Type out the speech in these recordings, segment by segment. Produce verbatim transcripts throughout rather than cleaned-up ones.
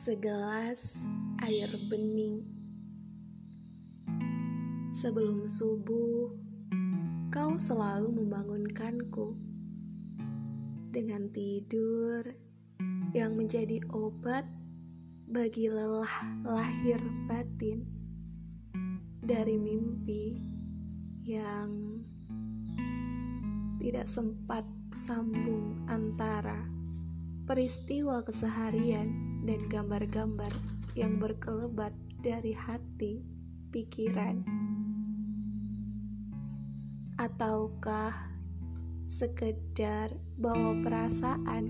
Segelas air bening. Sebelum subuh, kau selalu membangunkanku dengan tidur yang menjadi obat bagi lelah lahir batin dari mimpi yang tidak sempat sambung antara peristiwa keseharian dan gambar-gambar yang berkelebat dari hati, pikiran. Ataukah sekedar bawa perasaan?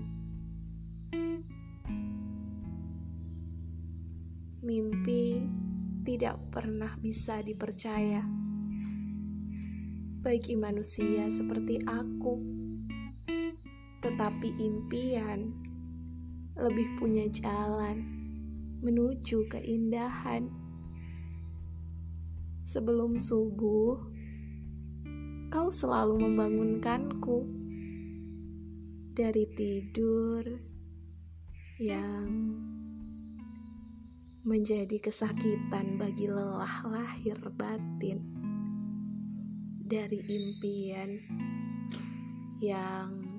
Mimpi tidak pernah bisa dipercaya bagi manusia seperti aku, tetapi impian lebih punya jalan menuju keindahan. Sebelum subuh, kau selalu membangunkanku dari tidur yang menjadi kesakitan bagi lelah lahir batin dari impian yang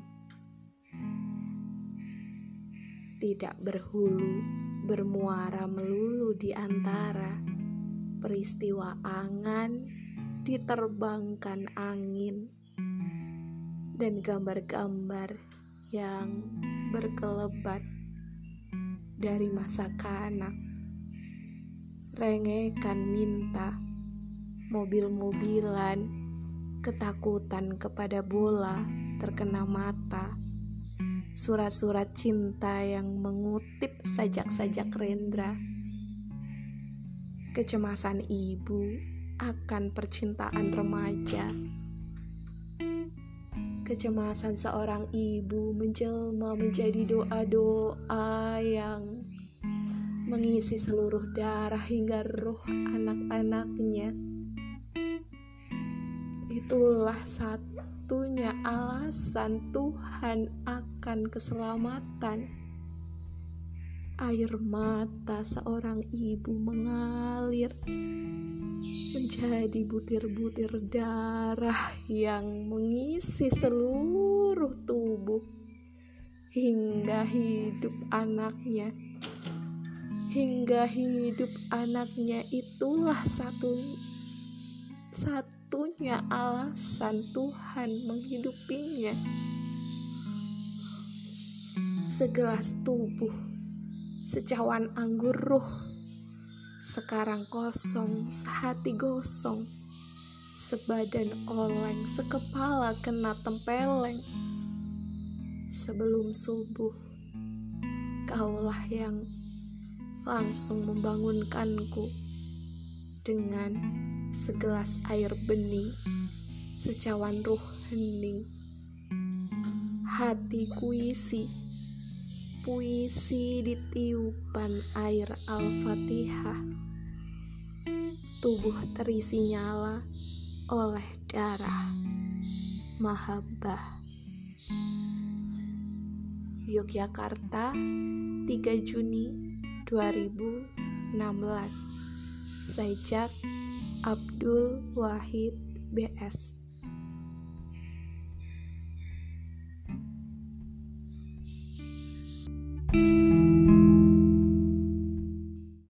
tidak berhulu bermuara melulu di antara peristiwa angan diterbangkan angin dan gambar-gambar yang berkelebat dari masa kanak. Rengekan minta, mobil-mobilan, ketakutan kepada bola terkena mata, surat-surat cinta yang mengutip sajak-sajak rendra, kecemasan ibu akan percintaan remaja, kecemasan seorang ibu menjelma menjadi doa-doa yang mengisi seluruh darah hingga roh anak-anaknya. Itulah satunya alasan Tuhan akan keselamatan. Air mata seorang ibu mengalir menjadi butir-butir darah yang mengisi seluruh tubuh hingga hidup anaknya. Hingga hidup anaknya itulah satu satunya alasan Tuhan menghidupinya. Segelas tubuh, secawan anggur ruh, sekarang kosong, sehati gosong, sebadan oleng, sekepala kena tempeleng. Sebelum subuh, kaulah yang langsung membangunkanku dengan segelas air bening, secawan ruh hening. Hatiku isi puisi di tiupan air Al-Fatihah. Tubuh terisi nyala oleh darah mahabbah. Yogyakarta, tiga Juni dua ribu enam belas. Sajak Abdul Wahid B S.